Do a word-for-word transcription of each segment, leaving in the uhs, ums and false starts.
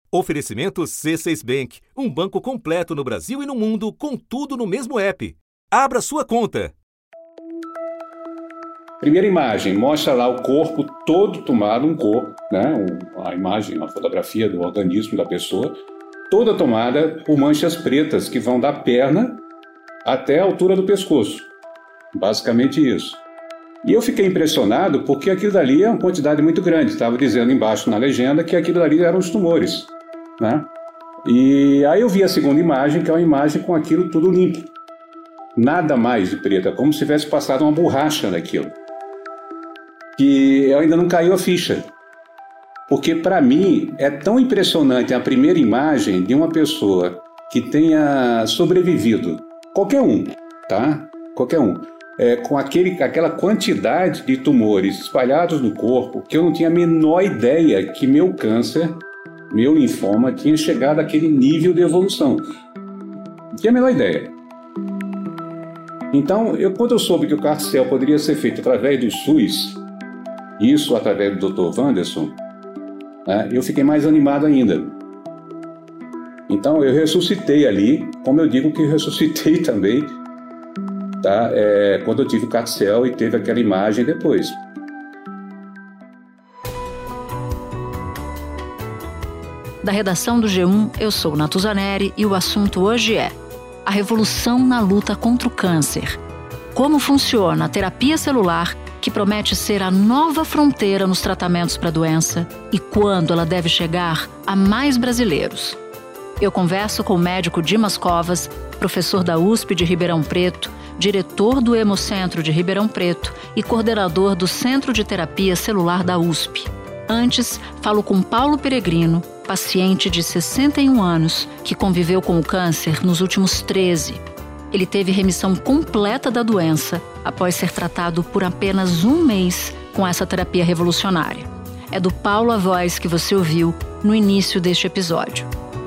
Oferecimento C seis Bank, um banco completo no Brasil e no mundo, com tudo no mesmo app. Abra sua conta. Primeira imagem, mostra lá o corpo todo tomado, um corpo, né? a imagem, uma fotografia do organismo da pessoa, toda tomada por manchas pretas que vão da perna até a altura do pescoço. Basicamente isso. E eu fiquei impressionado porque aquilo dali é uma quantidade muito grande. Estava dizendo embaixo na legenda que aquilo dali eram os tumores, né? E aí eu vi a segunda imagem, que é uma imagem com aquilo tudo limpo. Nada mais de preto, como se tivesse passado uma borracha naquilo. Que ainda não caiu a ficha. Porque para mim é tão impressionante a primeira imagem de uma pessoa que tenha sobrevivido. Qualquer um, tá? Qualquer um. É, com aquele, aquela quantidade de tumores espalhados no corpo, que eu não tinha a menor ideia que meu câncer, meu linfoma, tinha chegado àquele nível de evolução. Não tinha a menor ideia. Então, eu, quando eu soube que o Carticel poderia ser feito através do SUS, isso através do doutor Wanderson, né, eu fiquei mais animado ainda. Então, eu ressuscitei ali, como eu digo que eu ressuscitei também, tá? É, quando eu tive o Carticel e teve aquela imagem depois. Da redação do G um, eu sou Natuzaneri e o assunto hoje é a revolução na luta contra o câncer. Como funciona a terapia celular, que promete ser a nova fronteira nos tratamentos para a doença, e quando ela deve chegar a mais brasileiros. Eu converso com o médico Dimas Covas, professor da U S P de Ribeirão Preto, diretor do Hemocentro de Ribeirão Preto e coordenador do Centro de Terapia Celular da U S P. Antes, falo com Paulo Peregrino, paciente de sessenta e um anos, que conviveu com o câncer nos últimos treze. Ele teve remissão completa da doença após ser tratado por apenas um mês com essa terapia revolucionária. É do Paulo a voz que você ouviu no início deste episódio.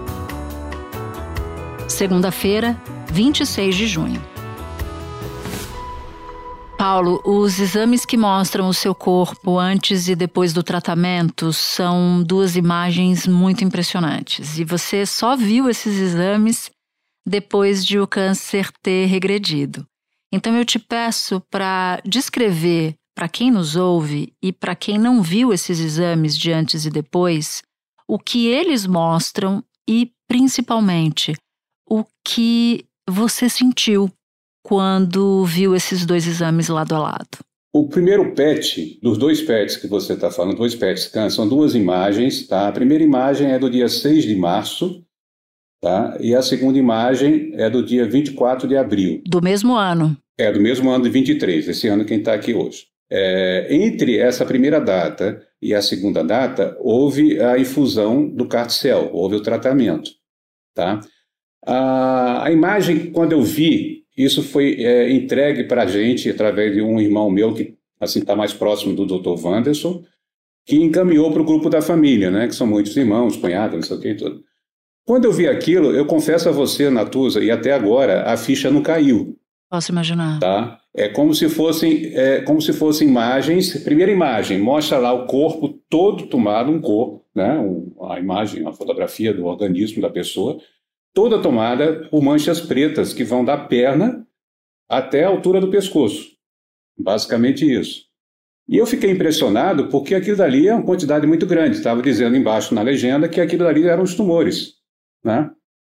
Segunda-feira, vinte e seis de junho. Paulo, os exames que mostram o seu corpo antes e depois do tratamento são duas imagens muito impressionantes. E você só viu esses exames depois de o câncer ter regredido. Então eu te peço para descrever para quem nos ouve e para quem não viu esses exames de antes e depois, o que eles mostram e, principalmente, o que você sentiu quando viu esses dois exames lado a lado. O primeiro P E T, dos dois P E Ts que você está falando, dois P E Ts scan, são duas imagens, tá? A primeira imagem é do dia seis de março, tá? E a segunda imagem é do dia vinte e quatro de abril. Do mesmo ano. É, do mesmo ano de vinte e três, esse ano quem está aqui hoje. É, entre essa primeira data e a segunda data, houve a infusão do Carticel, houve o tratamento, tá? A, a imagem, quando eu vi, isso foi é, entregue para a gente através de um irmão meu que assim está mais próximo do doutor Wanderson, que encaminhou para o grupo da família, né, que são muitos irmãos, cunhados, não sei o que e tudo. Quando eu vi aquilo, eu confesso a você, Natuza, e até agora a ficha não caiu. Posso imaginar. Tá? É como se fossem, é, como se fossem imagens. Primeira imagem, mostra lá o corpo todo tomado, um corpo, né, um, a imagem, uma fotografia do organismo da pessoa, toda tomada por manchas pretas que vão da perna até a altura do pescoço. Basicamente isso. E eu fiquei impressionado porque aquilo dali é uma quantidade muito grande. Estava dizendo embaixo na legenda que aquilo dali eram os tumores, né?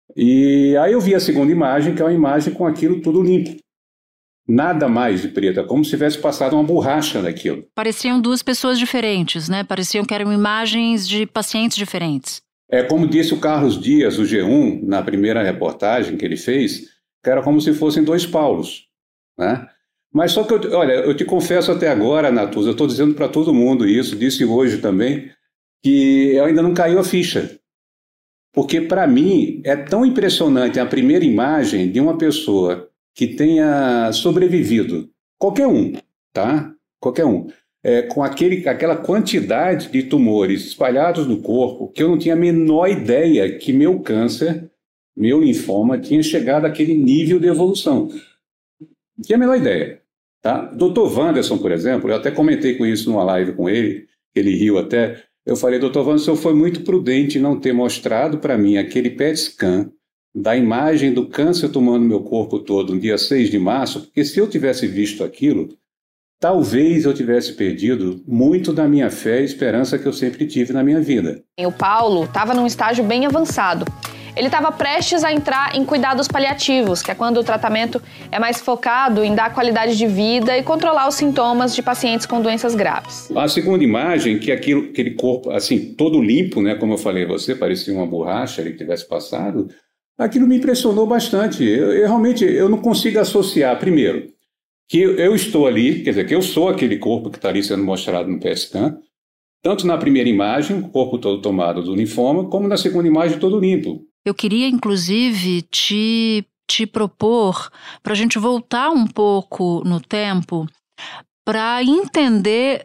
E aí eu vi a segunda imagem, que é uma imagem com aquilo tudo limpo. Nada mais de preto, como se tivesse passado uma borracha naquilo. Pareciam duas pessoas diferentes, né? Pareciam que eram imagens de pacientes diferentes. É como disse o Carlos Dias, o G um, na primeira reportagem que ele fez, que era como se fossem dois Paulos, né? Mas só que, eu, olha, eu te confesso até agora, Natuza, eu estou dizendo para todo mundo isso, disse hoje também, que ainda não caiu a ficha. Porque, para mim, é tão impressionante a primeira imagem de uma pessoa que tenha sobrevivido, qualquer um, tá? Qualquer um. É, com aquele, aquela quantidade de tumores espalhados no corpo, que eu não tinha a menor ideia que meu câncer, meu linfoma, tinha chegado àquele nível de evolução. Não tinha a menor ideia. Tá? doutor Wanderson, por exemplo, eu até comentei com isso numa live com ele, ele riu até, Eu falei, doutor Vando, o senhor foi muito prudente em não ter mostrado para mim aquele P E T scan da imagem do câncer tomando meu corpo todo no dia seis de março, porque se eu tivesse visto aquilo, talvez eu tivesse perdido muito da minha fé e esperança que eu sempre tive na minha vida. O Paulo estava num estágio bem avançado. Ele estava prestes a entrar em cuidados paliativos, que é quando o tratamento é mais focado em dar qualidade de vida e controlar os sintomas de pacientes com doenças graves. A segunda imagem, que aquilo, aquele corpo, assim, todo limpo, né, como eu falei a você, parecia uma borracha ali que tivesse passado, aquilo me impressionou bastante. Eu, eu realmente eu não consigo associar, primeiro, que eu estou ali, quer dizer, que eu sou aquele corpo que está ali sendo mostrado no P E T scan, tanto na primeira imagem, o corpo todo tomado do linfoma, como na segunda imagem, todo limpo. Eu queria, inclusive, te, te propor para a gente voltar um pouco no tempo para entender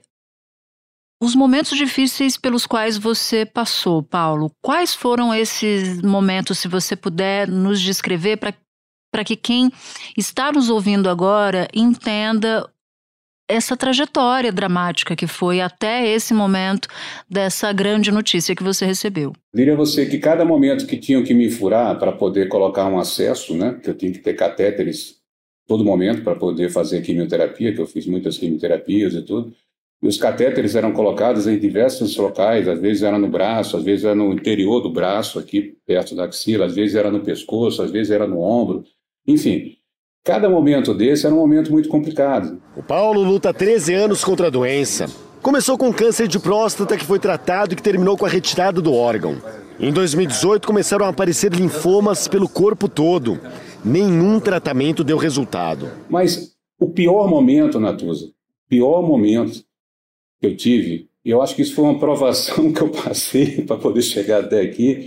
os momentos difíceis pelos quais você passou, Paulo. Quais foram esses momentos, se você puder nos descrever, para para que quem está nos ouvindo agora entenda essa trajetória dramática que foi até esse momento dessa grande notícia que você recebeu. Diria a você que cada momento que tinham que me furar para poder colocar um acesso, né, que eu tinha que ter catéteres todo momento para poder fazer quimioterapia, que eu fiz muitas quimioterapias e tudo, e os catéteres eram colocados em diversos locais, às vezes era no braço, às vezes era no interior do braço, aqui perto da axila, às vezes era no pescoço, às vezes era no ombro, enfim. Cada momento desse era um momento muito complicado. O Paulo luta há treze anos contra a doença. Começou com câncer de próstata que foi tratado e que terminou com a retirada do órgão. Em dois mil e dezoito começaram a aparecer linfomas pelo corpo todo. Nenhum tratamento deu resultado. Mas o pior momento, Natuza, o pior momento que eu tive, e eu acho que isso foi uma provação que eu passei para poder chegar até aqui,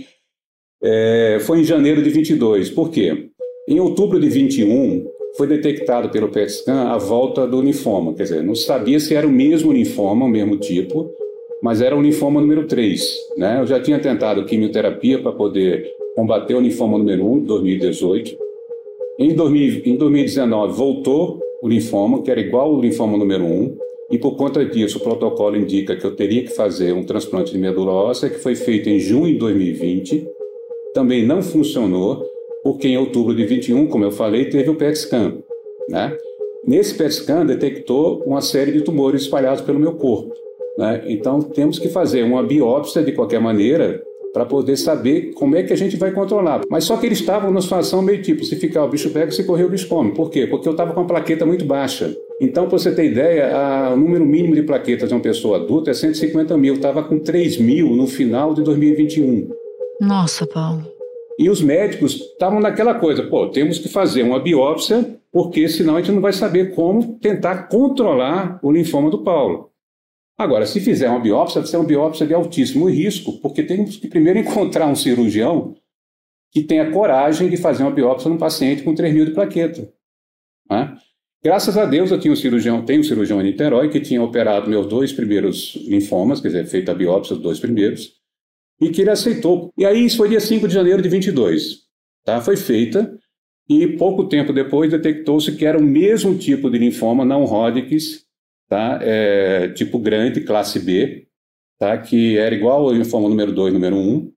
é, foi em janeiro de vinte e dois. Por quê? Em outubro de vinte e um, foi detectado pelo P E T scan a volta do linfoma. Quer dizer, não sabia se era o mesmo linfoma, o mesmo tipo, mas era o linfoma número três. Né? Eu já tinha tentado quimioterapia para poder combater o linfoma número um, em dois mil e dezoito. Em, dois mil, em dois mil e dezenove, voltou o linfoma, que era igual ao linfoma número um, e por conta disso, o protocolo indica que eu teria que fazer um transplante de medula óssea, que foi feito em junho de dois mil e vinte. Também não funcionou, porque em outubro de vinte e um, como eu falei, teve o P E T scan. Né? Nesse P E T scan detectou uma série de tumores espalhados pelo meu corpo. Né? Então temos que fazer uma biópsia de qualquer maneira para poder saber como é que a gente vai controlar. Mas só que eles estavam numa situação meio tipo, se ficar o bicho pega, se correr o bicho come. Por quê? Porque eu estava com uma plaqueta muito baixa. Então, para você ter ideia, a, o número mínimo de plaquetas de uma pessoa adulta é cento e cinquenta mil. Eu estava com três mil no final de dois mil e vinte e um. Nossa, Paulo. E os médicos estavam naquela coisa, pô, temos que fazer uma biópsia, porque senão a gente não vai saber como tentar controlar o linfoma do Paulo. Agora, se fizer uma biópsia, vai ser uma biópsia de altíssimo risco, porque temos que primeiro encontrar um cirurgião que tenha coragem de fazer uma biópsia num paciente com três mil de plaqueta. Né? Graças a Deus eu tinha um cirurgião, tenho um cirurgião em Niterói que tinha operado meus dois primeiros linfomas, quer dizer, feito a biópsia dos dois primeiros, e que ele aceitou. E aí isso foi dia cinco de janeiro de vinte e dois. Tá? Foi feita e pouco tempo depois detectou-se que era o mesmo tipo de linfoma não Hodgkin, tá? É, tipo grande, classe B, tá? Que era igual ao linfoma número dois, número um.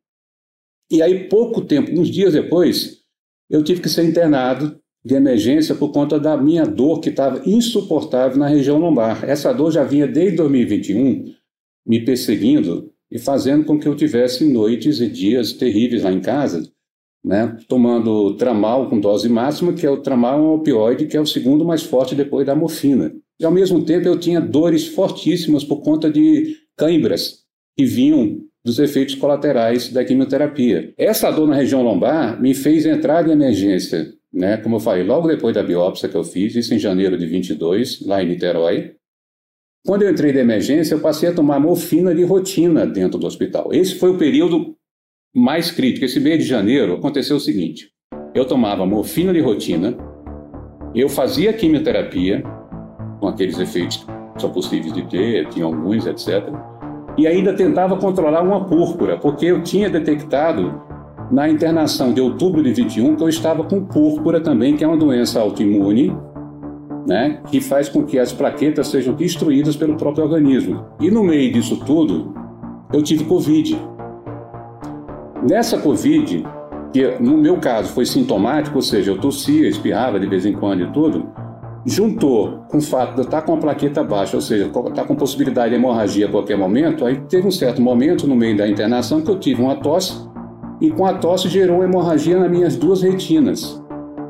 E aí pouco tempo, uns dias depois, eu tive que ser internado de emergência por conta da minha dor que estava insuportável na região lombar. Essa dor já vinha desde dois mil e vinte e um me perseguindo e fazendo com que eu tivesse noites e dias terríveis lá em casa, né, tomando tramal com dose máxima, que é o tramal é um opioide, que é o segundo mais forte depois da morfina. E ao mesmo tempo eu tinha dores fortíssimas por conta de câimbras que vinham dos efeitos colaterais da quimioterapia. Essa dor na região lombar me fez entrar em emergência, né, como eu falei, logo depois da biópsia que eu fiz, isso em janeiro de vinte e dois, lá em Niterói. Quando eu entrei de emergência, eu passei a tomar morfina de rotina dentro do hospital. Esse foi o período mais crítico. Esse mês de janeiro aconteceu o seguinte: eu tomava morfina de rotina, eu fazia quimioterapia, com aqueles efeitos que são possíveis de ter, tinha alguns, etcétera, e ainda tentava controlar uma púrpura, porque eu tinha detectado na internação de outubro de vinte e um que eu estava com púrpura também, que é uma doença autoimune, né, que faz com que as plaquetas sejam destruídas pelo próprio organismo. E no meio disso tudo, eu tive Covid. Nessa Covid, que no meu caso foi sintomático, ou seja, eu tossia, espirrava de vez em quando e tudo, juntou com o fato de eu estar com a plaqueta baixa, ou seja, estar com possibilidade de hemorragia a qualquer momento, aí teve um certo momento no meio da internação que eu tive uma tosse, e com a tosse gerou hemorragia nas minhas duas retinas.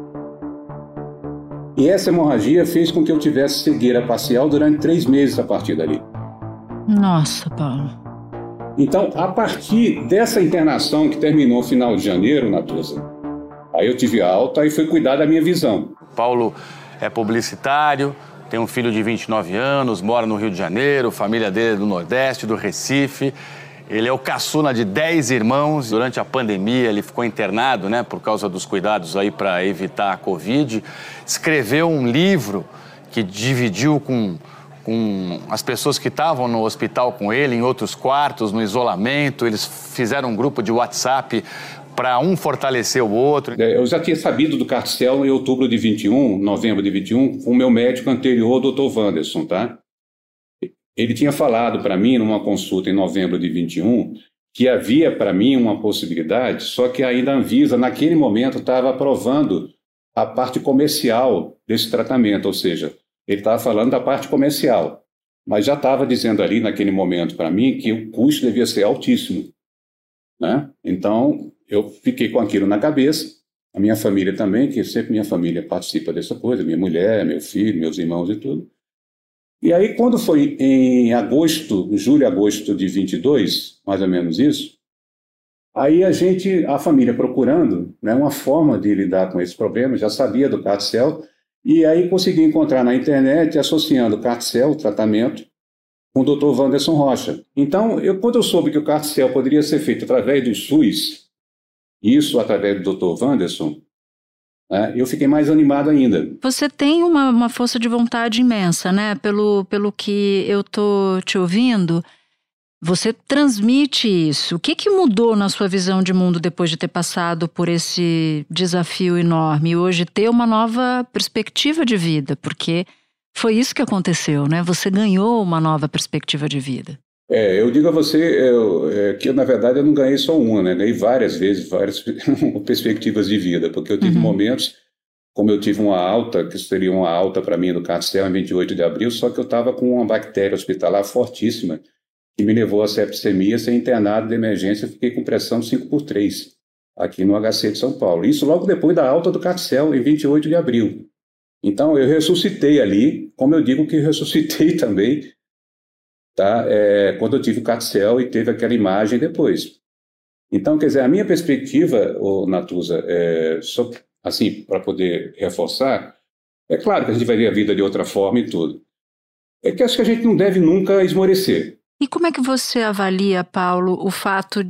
E essa hemorragia fez com que eu tivesse cegueira parcial durante três meses a partir dali. Nossa, Paulo. Então, a partir dessa internação que terminou no final de janeiro, Natuza, aí eu tive alta e fui cuidar da minha visão. Paulo é publicitário, tem um filho de vinte e nove anos, mora no Rio de Janeiro, família dele é do Nordeste, do Recife. Ele é o caçula de dez irmãos. Durante a pandemia, ele ficou internado, né, por causa dos cuidados aí para evitar a Covid. Escreveu um livro que dividiu com... com as pessoas que estavam no hospital com ele, em outros quartos, no isolamento. Eles fizeram um grupo de WhatsApp para um fortalecer o outro. Eu já tinha sabido do Carcel em outubro de vinte e um, novembro de vinte e um, com o meu médico anterior, o doutor Wanderson, tá? Ele tinha falado para mim, numa consulta em novembro de vinte e um, que havia para mim uma possibilidade, só que ainda a Anvisa, naquele momento, estava aprovando a parte comercial desse tratamento, ou seja, ele estava falando da parte comercial, mas já estava dizendo ali naquele momento para mim que o custo devia ser altíssimo, né? Então, eu fiquei com aquilo na cabeça, a minha família também, que sempre minha família participa dessa coisa, minha mulher, meu filho, meus irmãos e tudo. E aí, quando foi em agosto, julho, agosto de vinte e dois, mais ou menos isso, aí a gente, a família procurando, né, uma forma de lidar com esse problema, já sabia do Carcel. E aí consegui encontrar na internet, associando o Carcel, o tratamento, com o doutor Wanderson Rocha. Então, eu, quando eu soube que o Carcel poderia ser feito através do SUS, isso através do doutor Wanderson, né, eu fiquei mais animado ainda. Você tem uma, uma força de vontade imensa, né? Pelo, pelo que eu tô te ouvindo, você transmite isso. O que que mudou na sua visão de mundo depois de ter passado por esse desafio enorme e hoje ter uma nova perspectiva de vida? Porque foi isso que aconteceu, né? Você ganhou uma nova perspectiva de vida. É, eu digo a você eu, é, que, na verdade, eu não ganhei só uma, né? Ganhei várias vezes, várias perspectivas de vida, porque eu tive uhum. momentos, como eu tive uma alta, que seria uma alta para mim do Carcel em vinte e oito de abril, só que eu estava com uma bactéria hospitalar fortíssima, que me levou a septicemia, ser internado de emergência, fiquei com pressão cinco por três, aqui no H C de São Paulo. Isso logo depois da alta do Carcel, em vinte e oito de abril. Então, eu ressuscitei ali, como eu digo que ressuscitei também, tá? É, quando eu tive o Carcel e teve aquela imagem depois. Então, quer dizer, a minha perspectiva, ô, Natuza, é, só, assim, para poder reforçar, é claro que a gente vai ver a vida de outra forma e tudo. É que acho que a gente não deve nunca esmorecer. E como é que você avalia, Paulo, o fato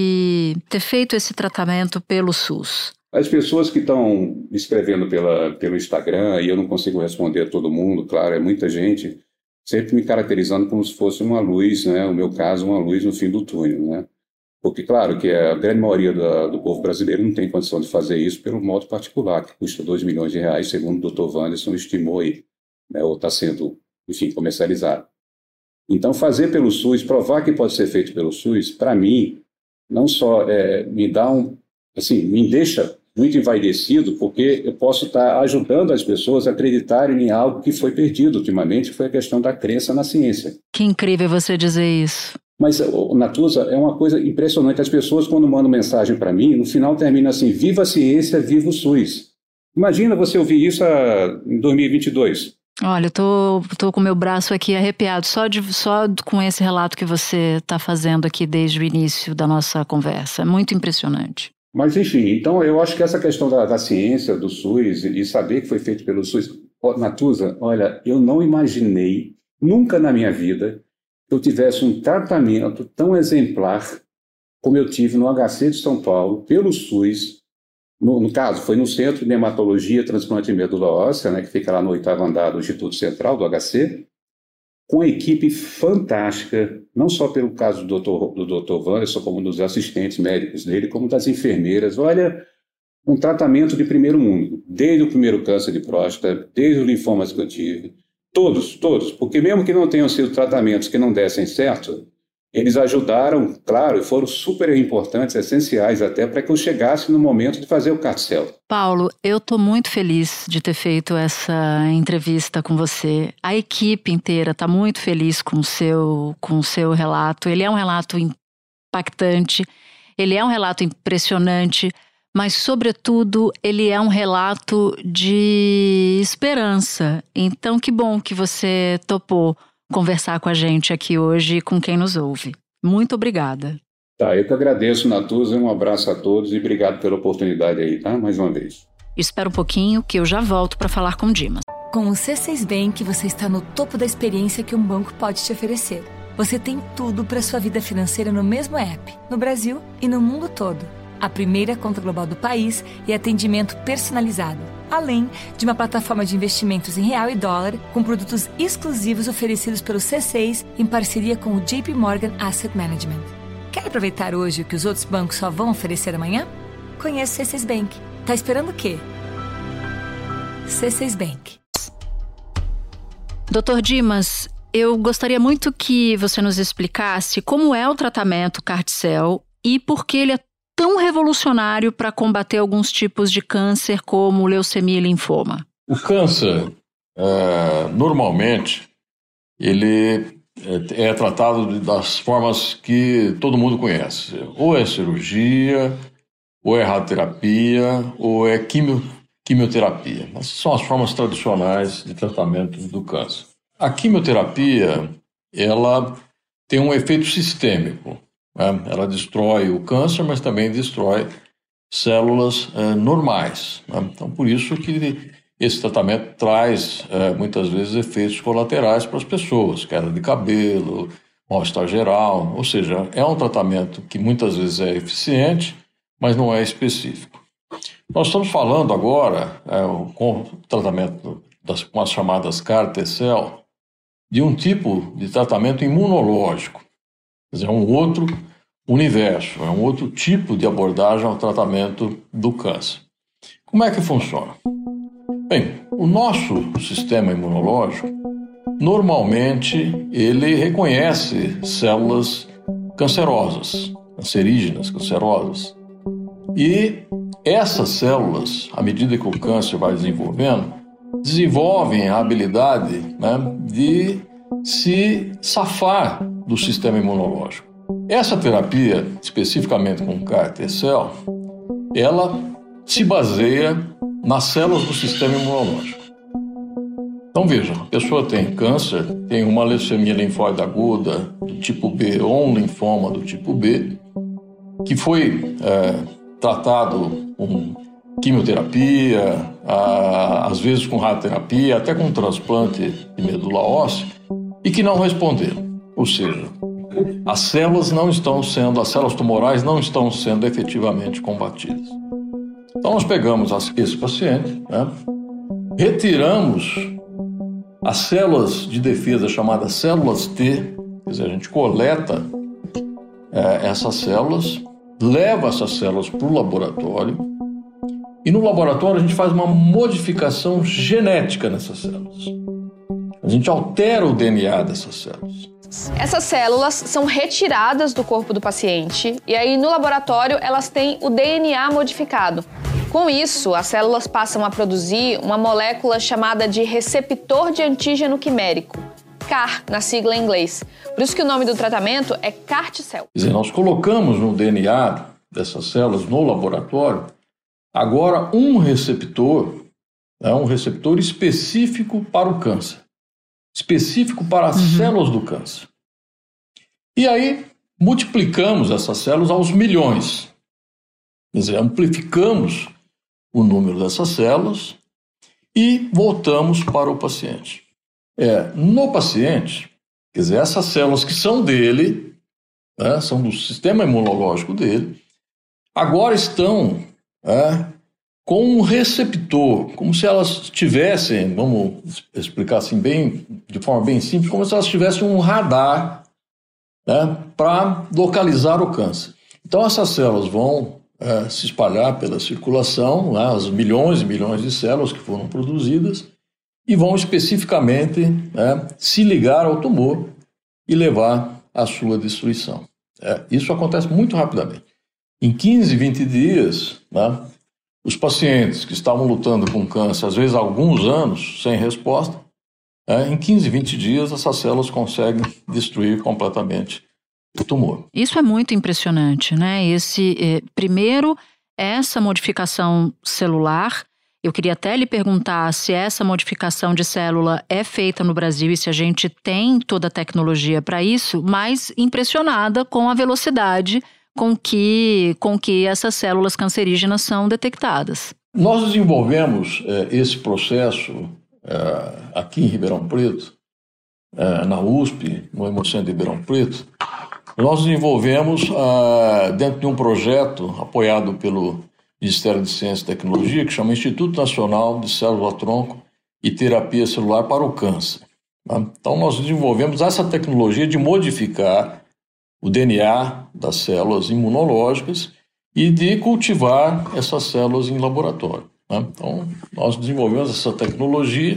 de ter feito esse tratamento pelo SUS? As pessoas que estão me escrevendo pela, pelo Instagram, e eu não consigo responder a todo mundo, claro, é muita gente, sempre me caracterizando como se fosse uma luz, né? O meu caso, uma luz no fim do túnel, né? Porque, claro, que a grande maioria da, do povo brasileiro não tem condição de fazer isso pelo modo particular, que custa dois milhões de reais, segundo o doutor Wanderson estimou aí, né? Ou está sendo, enfim, comercializado. Então, fazer pelo SUS, provar que pode ser feito pelo SUS, para mim, não só é, me dá um, assim, me deixa muito envaidecido, porque eu posso estar ajudando as pessoas a acreditarem em algo que foi perdido ultimamente, que foi a questão da crença na ciência. Que incrível você dizer isso. Mas, Natuza, é uma coisa impressionante. As pessoas, quando mandam mensagem para mim, no final termina assim, viva a ciência, viva o SUS. Imagina você ouvir isso em dois mil e vinte e dois. Olha, eu tô, tô com o meu braço aqui arrepiado, só, de, só com esse relato que você está fazendo aqui desde o início da nossa conversa. É muito impressionante. Mas, enfim, então eu acho que essa questão da, da ciência, do SUS, e saber que foi feito pelo SUS... Oh, Natuza, olha, eu não imaginei, nunca na minha vida, que eu tivesse um tratamento tão exemplar como eu tive no H C de São Paulo, pelo SUS. No, no caso, foi no Centro de Hematologia, Transplante e Medula Óssea, né, que fica lá no oitavo andar do Instituto Central, do H C, com a equipe fantástica, não só pelo caso do doutor, do doutor Wanderson, como dos assistentes médicos dele, como das enfermeiras. Olha, um tratamento de primeiro mundo, desde o primeiro câncer de próstata, desde os linfomas que eu tive, todos, todos, porque mesmo que não tenham sido tratamentos que não dessem certo, eles ajudaram, claro, e foram super importantes, essenciais até, para que eu chegasse no momento de fazer o carticel. Paulo, eu estou muito feliz de ter feito essa entrevista com você. A equipe inteira está muito feliz com o seu, com o seu relato. Ele é um relato impactante, ele é um relato impressionante, mas, sobretudo, ele é um relato de esperança. Então, que bom que você topou conversar com a gente aqui hoje e com quem nos ouve. Muito obrigada. Tá, eu que agradeço, Natuza, um abraço a todos e obrigado pela oportunidade aí, tá? Mais uma vez. Espera um pouquinho que eu já volto para falar com o Dimas. Com o C seis Bank, você está no topo da experiência que um banco pode te oferecer. Você tem tudo para sua vida financeira no mesmo app, no Brasil e no mundo todo. A primeira conta global do país e atendimento personalizado, além de uma plataforma de investimentos em real e dólar com produtos exclusivos oferecidos pelo C seis em parceria com o J P Morgan Asset Management. Quer aproveitar hoje o que os outros bancos só vão oferecer amanhã? Conheça o C seis Bank. Tá esperando o quê? C seis Bank. doutor Dimas, eu gostaria muito que você nos explicasse como é o tratamento carticel e por que ele é tão revolucionário para combater alguns tipos de câncer como leucemia e linfoma. O câncer, é, normalmente, ele é, é tratado das formas que todo mundo conhece. Ou é cirurgia, ou é radioterapia, ou é quimio, quimioterapia. Essas são as formas tradicionais de tratamento do câncer. A quimioterapia, ela tem um efeito sistêmico. Ela destrói o câncer, mas também destrói células é, normais. Né? Então, por isso que esse tratamento traz, é, muitas vezes, efeitos colaterais para as pessoas. Queda de cabelo, mal-estar geral. Ou seja, é um tratamento que muitas vezes é eficiente, mas não é específico. Nós estamos falando agora, é, com o tratamento das, com as chamadas CAR-T-cell, de um tipo de tratamento imunológico. Quer dizer, é um outro universo, é um outro tipo de abordagem ao tratamento do câncer. Como é que funciona? Bem, o nosso sistema imunológico, normalmente, ele reconhece células cancerosas, cancerígenas, cancerosas. E essas células, à medida que o câncer vai desenvolvendo, desenvolvem a habilidade, né, de se safar do sistema imunológico. Essa terapia, especificamente com CAR-T-cell, ela se baseia nas células do sistema imunológico. Então veja, a pessoa tem câncer, tem uma leucemia linfóide aguda do tipo B ou um linfoma do tipo B, que foi é, tratado com quimioterapia, a, às vezes com radioterapia, até com transplante de medula óssea, e que não responderam. Ou seja, as células não estão sendo, as células tumorais não estão sendo efetivamente combatidas. Então nós pegamos esse paciente, né, retiramos as células de defesa chamadas células T, quer dizer, a gente coleta é, essas células, leva essas células para o laboratório e no laboratório a gente faz uma modificação genética nessas células. A gente altera o D N A dessas células. Essas células são retiradas do corpo do paciente e aí no laboratório elas têm o D N A modificado. Com isso, as células passam a produzir uma molécula chamada de receptor de antígeno quimérico, C A R, na sigla em inglês. Por isso que o nome do tratamento é CAR-T-cell. Quer dizer, nós colocamos no D N A dessas células no laboratório agora um receptor, né, um receptor específico para o câncer, específico para as uhum. células do câncer. E aí multiplicamos essas células aos milhões. Quer dizer, amplificamos o número dessas células e voltamos para o paciente. É, no paciente, quer dizer, essas células que são dele, né, são do sistema imunológico dele, agora estão é, com um receptor, como se elas tivessem, vamos explicar assim bem, de forma bem simples, como se elas tivessem um radar, né, para localizar o câncer. Então essas células vão É, se espalhar pela circulação, né, as milhões e milhões de células que foram produzidas, e vão especificamente, né, se ligar ao tumor e levar a sua destruição. É, isso acontece muito rapidamente. Em quinze, vinte dias, né, os pacientes que estavam lutando com câncer, às vezes há alguns anos, sem resposta, é, em quinze, vinte dias essas células conseguem destruir completamente o tumor. Isso é muito impressionante, né? Esse, eh, primeiro, essa modificação celular. Eu queria até lhe perguntar se essa modificação de célula é feita no Brasil e se a gente tem toda a tecnologia para isso, mas impressionada com a velocidade com que, com que essas células cancerígenas são detectadas. Nós desenvolvemos eh, esse processo eh, aqui em Ribeirão Preto, eh, na U S P, no Hemocentro de Ribeirão Preto. Nós desenvolvemos ah, dentro de um projeto apoiado pelo Ministério de Ciência e Tecnologia, que chama Instituto Nacional de Célula-Tronco e Terapia Celular para o Câncer. Tá? Então, nós desenvolvemos essa tecnologia de modificar o D N A das células imunológicas e de cultivar essas células em laboratório. Tá? Então, nós desenvolvemos essa tecnologia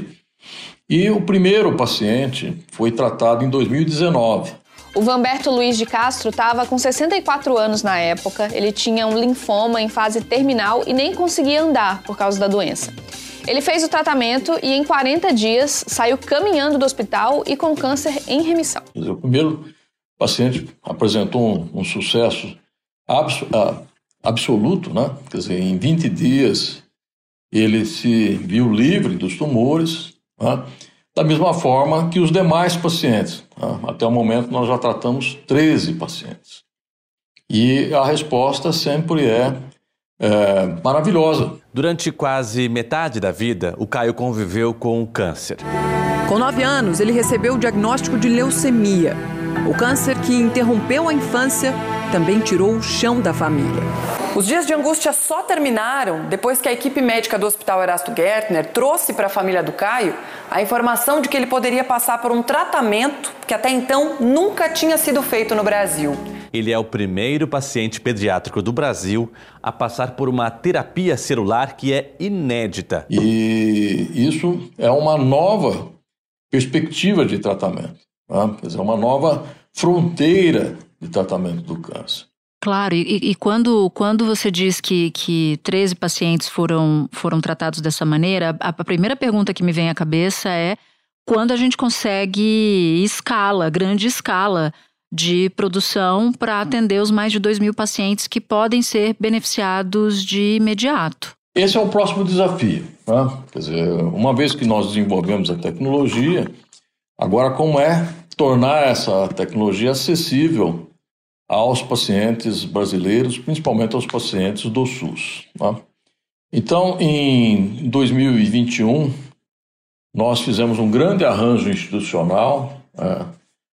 e o primeiro paciente foi tratado em dois mil e dezenove. O Vanberto Luiz de Castro estava com sessenta e quatro anos na época, ele tinha um linfoma em fase terminal e nem conseguia andar por causa da doença. Ele fez o tratamento e em quarenta dias saiu caminhando do hospital e com câncer em remissão. O primeiro paciente apresentou um, um sucesso abso, uh, absoluto, né? Quer dizer, em vinte dias ele se viu livre dos tumores, né? Da mesma forma que os demais pacientes. Tá? Até o momento nós já tratamos treze pacientes. E a resposta sempre é, é maravilhosa. Durante quase metade da vida, o Caio conviveu com o câncer. Com nove anos, ele recebeu o diagnóstico de leucemia. O câncer que interrompeu a infância também tirou o chão da família. Os dias de angústia só terminaram depois que a equipe médica do Hospital Erasto Gertner trouxe para a família do Caio a informação de que ele poderia passar por um tratamento que até então nunca tinha sido feito no Brasil. Ele é o primeiro paciente pediátrico do Brasil a passar por uma terapia celular que é inédita. E isso é uma nova perspectiva de tratamento, tá? Quer dizer, uma nova fronteira de tratamento do câncer. Claro, e, e quando, quando você diz que, que treze pacientes foram, foram tratados dessa maneira, a, a primeira pergunta que me vem à cabeça é quando a gente consegue escala, grande escala de produção para atender os mais de dois mil pacientes que podem ser beneficiados de imediato. Esse é o próximo desafio, né? Quer dizer, uma vez que nós desenvolvemos a tecnologia, agora como é tornar essa tecnologia acessível aos pacientes brasileiros, principalmente aos pacientes do SUS. Né? Então, em dois mil e vinte e um, nós fizemos um grande arranjo institucional é,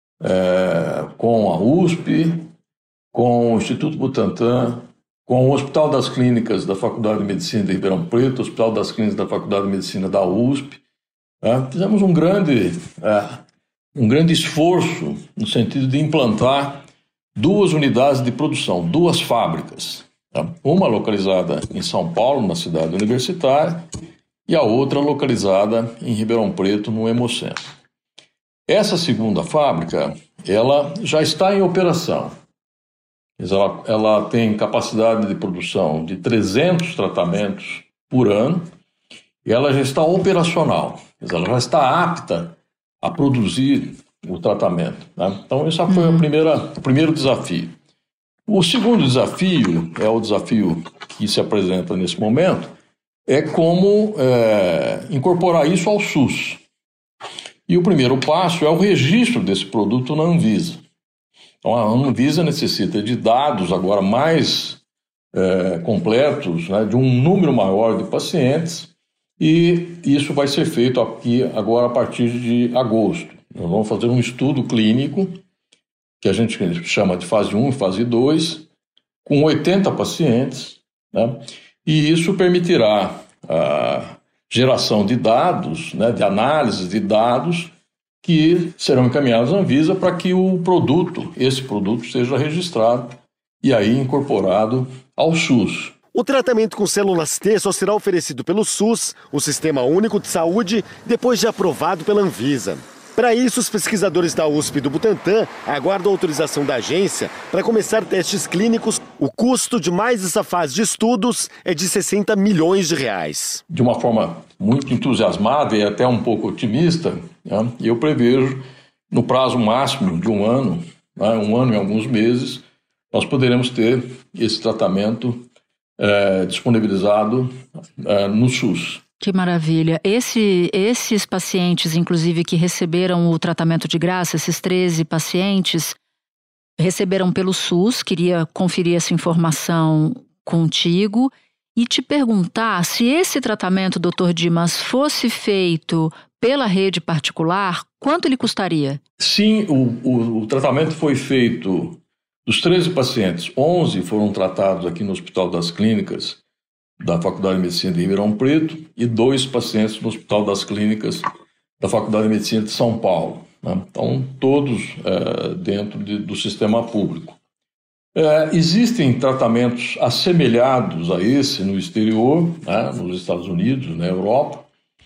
é, com a U S P, com o Instituto Butantan, com o Hospital das Clínicas da Faculdade de Medicina de Ribeirão Preto, o Hospital das Clínicas da Faculdade de Medicina da U S P. É, fizemos um grande, é, um grande esforço no sentido de implantar duas unidades de produção, duas fábricas. Tá? Uma localizada em São Paulo, na cidade universitária, e a outra localizada em Ribeirão Preto, no Hemocentro. Essa segunda fábrica, ela já está em operação. Ela, ela tem capacidade de produção de trezentos tratamentos por ano e ela já está operacional. Ela já está apta a produzir o tratamento. Né? Então, esse foi a primeira, o primeiro desafio. O segundo desafio, é o desafio que se apresenta nesse momento, é como é, incorporar isso ao SUS. E o primeiro passo é o registro desse produto na Anvisa. Então, a Anvisa necessita de dados agora mais é, completos, né, de um número maior de pacientes, e isso vai ser feito aqui agora a partir de agosto. Nós vamos fazer um estudo clínico, que a gente chama de fase um e fase dois, com oitenta pacientes, né? E isso permitirá a geração de dados, né, de análise de dados, que serão encaminhados à Anvisa para que o produto, esse produto, seja registrado e aí incorporado ao SUS. O tratamento com células T só será oferecido pelo SUS, o Sistema Único de Saúde, depois de aprovado pela Anvisa. Para isso, os pesquisadores da U S P e do Butantan aguardam a autorização da agência para começar testes clínicos. O custo de mais essa fase de estudos é de sessenta milhões de reais. De uma forma muito entusiasmada e até um pouco otimista, né, eu prevejo, no prazo máximo de um ano, né, um ano e alguns meses, nós poderemos ter esse tratamento é, disponibilizado é, no SUS. Que maravilha. Esse, esses pacientes, inclusive, que receberam o tratamento de graça, esses treze pacientes, receberam pelo SUS. Queria conferir essa informação contigo e te perguntar se esse tratamento, doutor Dimas, fosse feito pela rede particular, quanto ele custaria? Sim, o, o, o tratamento foi feito dos treze pacientes, onze foram tratados aqui no Hospital das Clínicas da Faculdade de Medicina de Ribeirão Preto e dois pacientes no Hospital das Clínicas da Faculdade de Medicina de São Paulo, né? Então, todos é, dentro de, do sistema público. É, existem tratamentos assemelhados a esse no exterior, né, nos Estados Unidos, na Europa,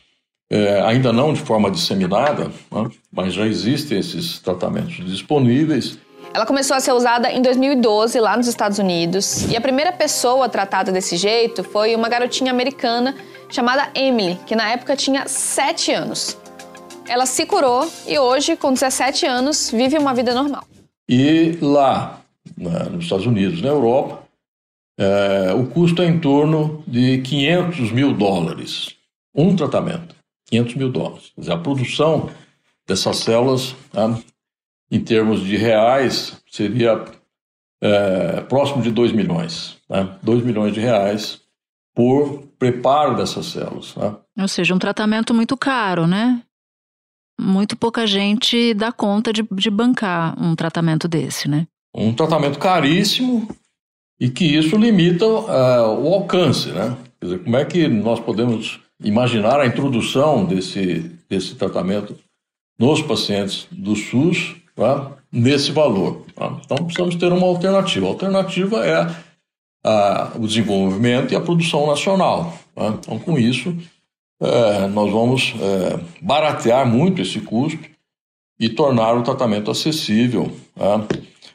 é, ainda não de forma disseminada, né, mas já existem esses tratamentos disponíveis. Ela começou a ser usada em dois mil e doze, lá nos Estados Unidos, e a primeira pessoa tratada desse jeito foi uma garotinha americana chamada Emily, que na época tinha sete anos. Ela se curou e hoje, com dezessete anos, vive uma vida normal. E lá, nos Estados Unidos, na Europa, é, o custo é em torno de quinhentos mil dólares. Um tratamento, quinhentos mil dólares. Quer dizer, a produção dessas células, né, em termos de reais, seria é, próximo de dois milhões. Né? dois milhões de reais por preparo dessas células. Né? Ou seja, um tratamento muito caro, né? Muito pouca gente dá conta de, de bancar um tratamento desse, né? Um tratamento caríssimo e que isso limita uh, o alcance, né? Quer dizer, como é que nós podemos imaginar a introdução desse, desse tratamento nos pacientes do SUS, tá, nesse valor? Tá? Então, precisamos ter uma alternativa. A alternativa é a, o desenvolvimento e a produção nacional. Tá? Então, com isso, é, nós vamos é, baratear muito esse custo e tornar o tratamento acessível, tá,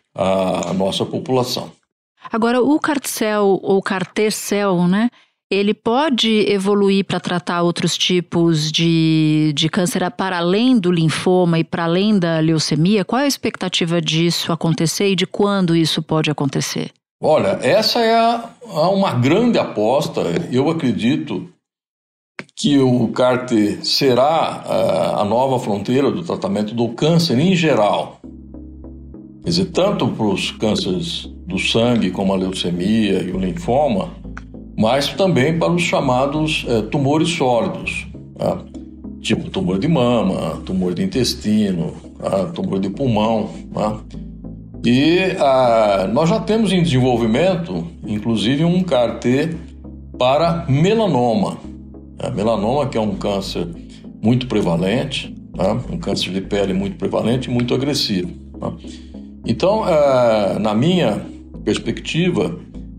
à nossa população. Agora, o CART-cell ou CAR-T-cell, né? Ele pode evoluir para tratar outros tipos de, de câncer para além do linfoma e para além da leucemia? Qual é a expectativa disso acontecer e de quando isso pode acontecer? Olha, essa é a, a uma grande aposta. Eu acredito que o CAR-T será a, a nova fronteira do tratamento do câncer em geral. Quer dizer, tanto para os cânceres do sangue, como a leucemia e o linfoma, mas também para os chamados é, tumores sólidos, tá? Tipo tumor de mama, tumor de intestino, tá? Tumor de pulmão. Tá? E ah, nós já temos em desenvolvimento, inclusive, um CAR-T para melanoma. Tá? Melanoma, que é um câncer muito prevalente, tá? Um câncer de pele muito prevalente e muito agressivo. Tá? Então, ah, na minha perspectiva,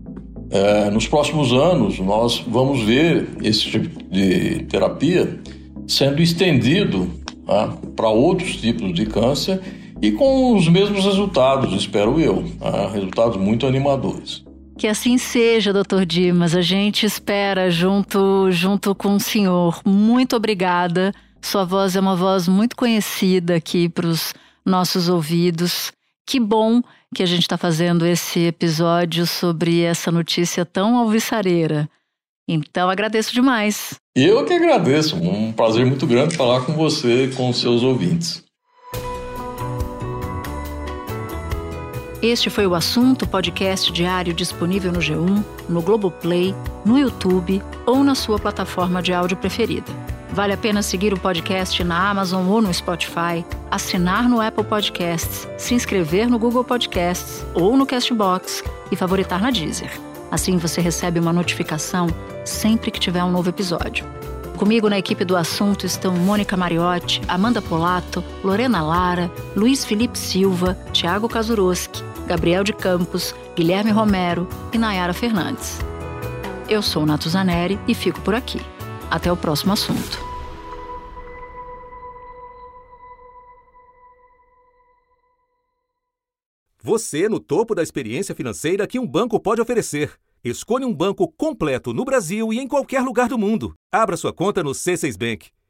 É, nos próximos anos, nós vamos ver esse tipo de terapia sendo estendido, tá, para outros tipos de câncer e com os mesmos resultados, espero eu, tá, resultados muito animadores. Que assim seja, doutor Dimas. A gente espera junto, junto com o senhor. Muito obrigada. Sua voz é uma voz muito conhecida aqui para os nossos ouvidos. Que bom que a gente está fazendo esse episódio sobre essa notícia tão alvissareira. Então, agradeço demais. Eu que agradeço. Um prazer muito grande falar com você e com os seus ouvintes. Este foi o Assunto, podcast diário disponível no G um, no Globoplay, no YouTube ou na sua plataforma de áudio preferida. Vale a pena seguir o podcast na Amazon ou no Spotify, assinar no Apple Podcasts, se inscrever no Google Podcasts ou no Castbox e favoritar na Deezer. Assim você recebe uma notificação sempre que tiver um novo episódio. Comigo na equipe do Assunto estão Mônica Mariotti, Amanda Polato, Lorena Lara, Luiz Felipe Silva, Thiago Kazuroski, Gabriel de Campos, Guilherme Romero e Nayara Fernandes. Eu sou Natuzaneri e fico por aqui. Até o próximo Assunto. Você no topo da experiência financeira que um banco pode oferecer. Escolha um banco completo no Brasil e em qualquer lugar do mundo. Abra sua conta no C seis Bank.